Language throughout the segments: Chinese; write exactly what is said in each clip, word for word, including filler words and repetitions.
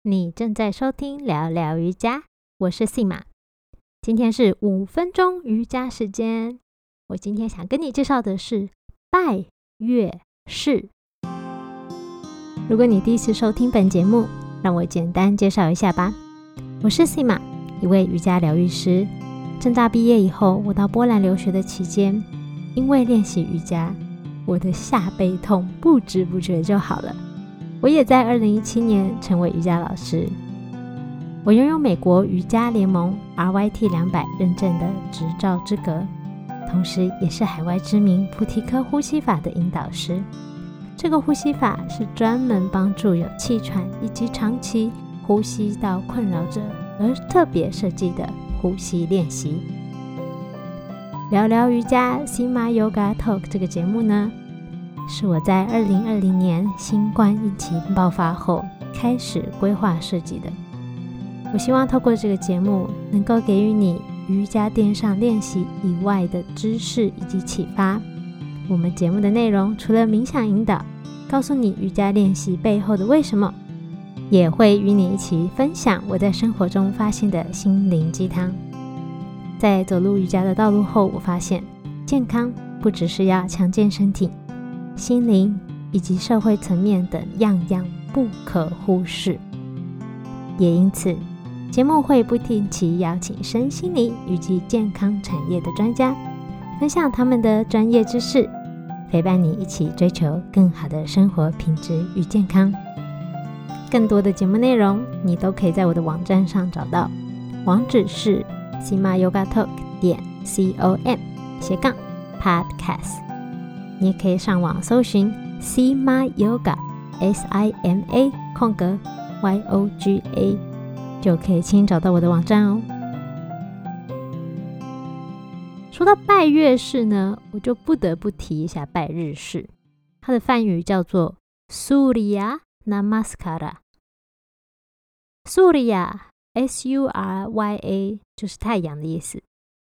你正在收听聊聊瑜伽，我是 Sima。今天是五分钟瑜伽时间。我今天想跟你介绍的是拜月式。如果你第一次收听本节目，让我简单介绍一下吧。我是 Sima， 一位瑜伽疗愈师。政大毕业以后，我到波兰留学的期间，因为练习瑜伽，我的下背痛不知不觉就好了。我也在二零一七年成为瑜伽老师。我拥有美国瑜伽联盟 R Y T 两百 认证的执照资格，同时也是海外知名菩提科呼吸法的引导师。这个呼吸法是专门帮助有气喘以及长期呼吸道困扰者而特别设计的呼吸练习。聊聊瑜伽 Sima Yoga Talk 这个节目呢，是我在二零二零年新冠疫情爆发后开始规划设计的。我希望透过这个节目能够给予你瑜伽垫上练习以外的知识以及启发。我们节目的内容除了冥想引导，告诉你瑜伽练习背后的为什么，也会与你一起分享我在生活中发现的心灵鸡汤。在走入瑜伽的道路后，我发现健康不只是要强健身体，心灵以及社会层面等样样不可忽视。也因此，节目会不定期邀请身心灵以及健康产业的专家，分享他们的专业知识，陪伴你一起追求更好的生活品质与健康。更多的节目内容你都可以在我的网站上找到，网址是 sima yoga talk 点 com 斜杠 podcast。你也可以上网搜寻 Sima Yoga S I M A 空格 Y O G A， 就可以轻找到我的网站哦。说到拜月式呢，我就不得不提一下拜日式。它的梵语叫做 Surya Namaskara。 Surya S U R Y A 就是太阳的意思，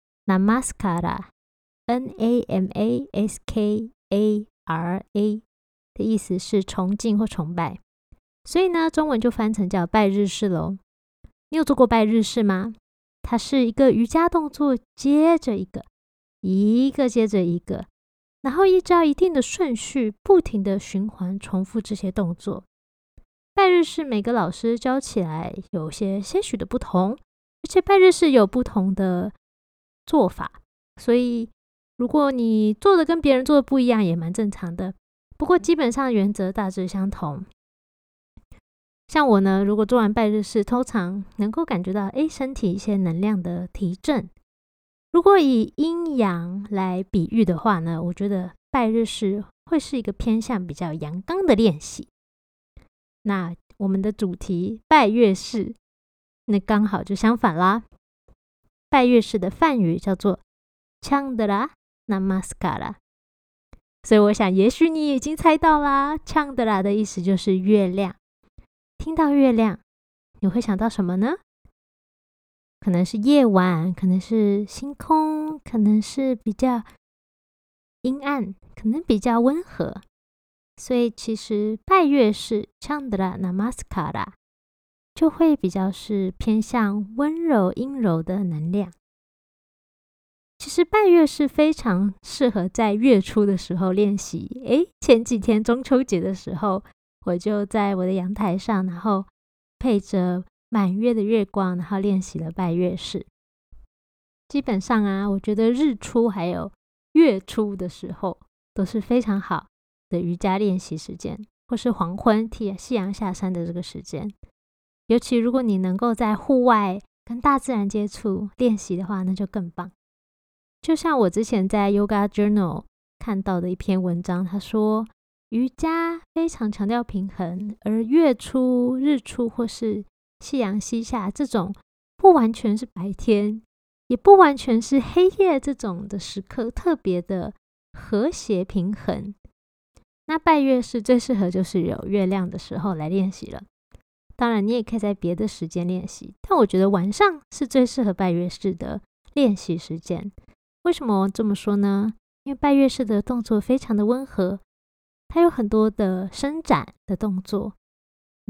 Namaskara N A M A S K A R A 的意思是崇敬或崇拜，所以呢，中文就翻成叫拜日式咯。你有做过拜日式吗？它是一个瑜伽动作接着一个，一个接着一个，然后依照一定的顺序，不停的循环重复这些动作。拜日式每个老师教起来有些些许的不同，而且拜日式有不同的做法，所以如果你做的跟别人做的不一样也蛮正常的，不过基本上原则大致相同。像我呢，如果做完拜日式，通常能够感觉到诶身体一些能量的提振。如果以阴阳来比喻的话呢，我觉得拜日式会是一个偏向比较阳刚的练习。那我们的主题拜月式，那刚好就相反啦。拜月式的梵语叫做 Chandra Namaskara， 所以我想也许你已经猜到啦， Chandra 的意思就是月亮。听到月亮你会想到什么呢？可能是夜晚，可能是星空，可能是比较阴暗，可能比较温和。所以其实拜月式 Chandra Namaskara 就会比较是偏向温柔阴柔的能量。其实拜月式非常适合在月初的时候练习。诶，前几天中秋节的时候，我就在我的阳台上，然后配着满月的月光，然后练习了拜月式。基本上啊，我觉得日出还有月初的时候都是非常好的瑜伽练习时间，或是黄昏夕阳下山的这个时间。尤其如果你能够在户外跟大自然接触练习的话，那就更棒。就像我之前在 Yoga Journal 看到的一篇文章，他说瑜伽非常强调平衡，而月初、日出或是夕阳西下这种不完全是白天，也不完全是黑夜这种的时刻，特别的和谐平衡。那拜月式最适合就是有月亮的时候来练习了。当然你也可以在别的时间练习，但我觉得晚上是最适合拜月式的练习时间。为什么这么说呢？因为拜月式的动作非常的温和，它有很多的伸展的动作，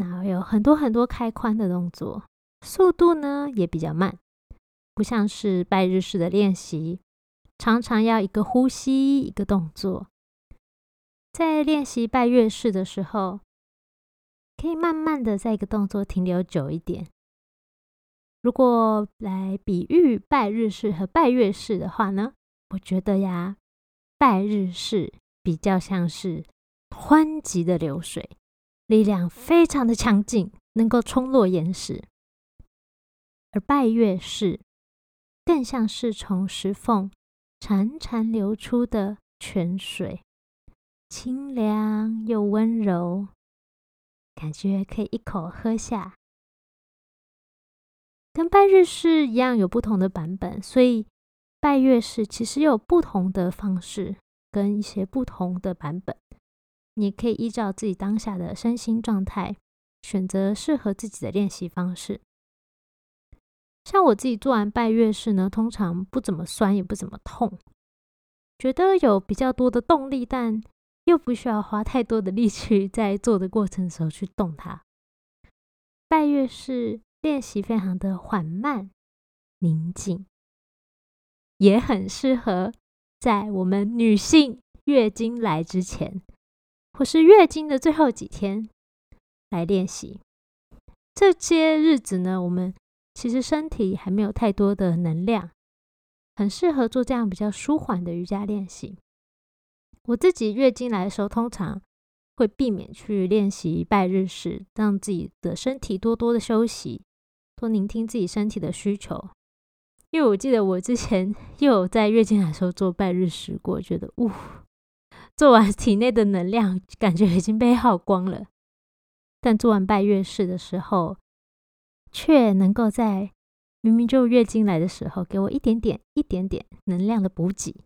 那有很多很多开髋的动作，速度呢也比较慢，不像是拜日式的练习，常常要一个呼吸一个动作。在练习拜月式的时候，可以慢慢的在一个动作停留久一点。如果来比喻拜日式和拜月式的话呢，我觉得呀，拜日式比较像是湍急的流水，力量非常的强劲，能够冲落岩石。而拜月式更像是从石缝潺潺流出的泉水，清凉又温柔，感觉可以一口喝下。跟拜日式一样有不同的版本，所以拜月式其实有不同的方式跟一些不同的版本。你可以依照自己当下的身心状态，选择适合自己的练习方式。像我自己做完拜月式呢，通常不怎么酸也不怎么痛，觉得有比较多的动力，但又不需要花太多的力气在做的过程的时候去动它。拜月式练习非常的缓慢宁静，也很适合在我们女性月经来之前，或是月经的最后几天来练习。这些日子呢，我们其实身体还没有太多的能量，很适合做这样比较舒缓的瑜伽练习。我自己月经来的时候，通常会避免去练习拜日式，让自己的身体多多的休息，多聆听自己身体的需求。因为我记得我之前又有在月经来的时候做拜日式过，觉得呜，做完体内的能量感觉已经被耗光了。但做完拜月式的时候，却能够在明明就月经来的时候，给我一点点一点点能量的补给。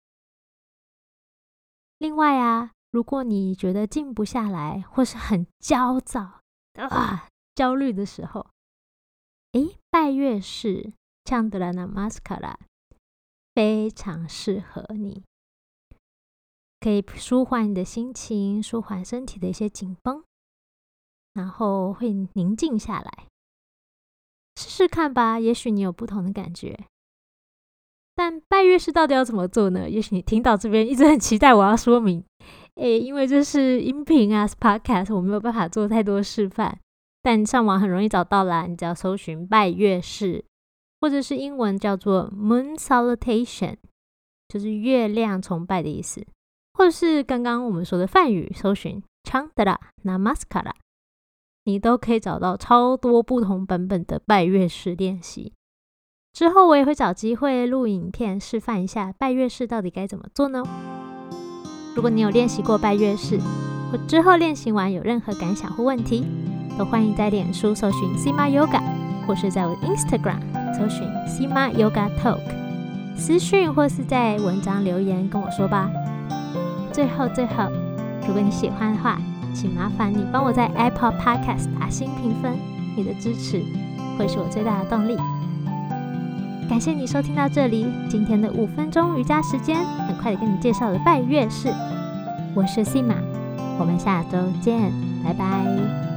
另外啊，如果你觉得静不下来，或是很焦躁啊、焦虑的时候，诶，拜月式 Chandra Namaskara 非常适合你，可以舒缓你的心情，舒缓身体的一些紧绷，然后会宁静下来。试试看吧，也许你有不同的感觉。但拜月式到底要怎么做呢？也许你听到这边一直很期待我要说明，诶，因为这是音频啊，是 podcast， 我没有办法做太多示范。但上网很容易找到啦，你只要搜寻拜月式，或者是英文叫做 Moon Salutation， 就是月亮崇拜的意思，或者是刚刚我们说的梵语，搜寻 Chandra Namaskara， 你都可以找到超多不同版本的拜月式练习。之后我也会找机会录影片示范一下拜月式到底该怎么做呢？如果你有练习过拜月式，或之后练习完有任何感想或问题，都欢迎在脸书搜寻 Sima Yoga， 或是在我的 Instagram 搜寻 Sima Yoga Talk， 私讯或是在文章留言跟我说吧。最后最后，如果你喜欢的话，请麻烦你帮我在 Apple Podcast 打新评分，你的支持会是我最大的动力。感谢你收听到这里，今天的五分钟瑜伽时间，很快的跟你介绍了拜月式。我是 Sima， 我们下周见，拜拜。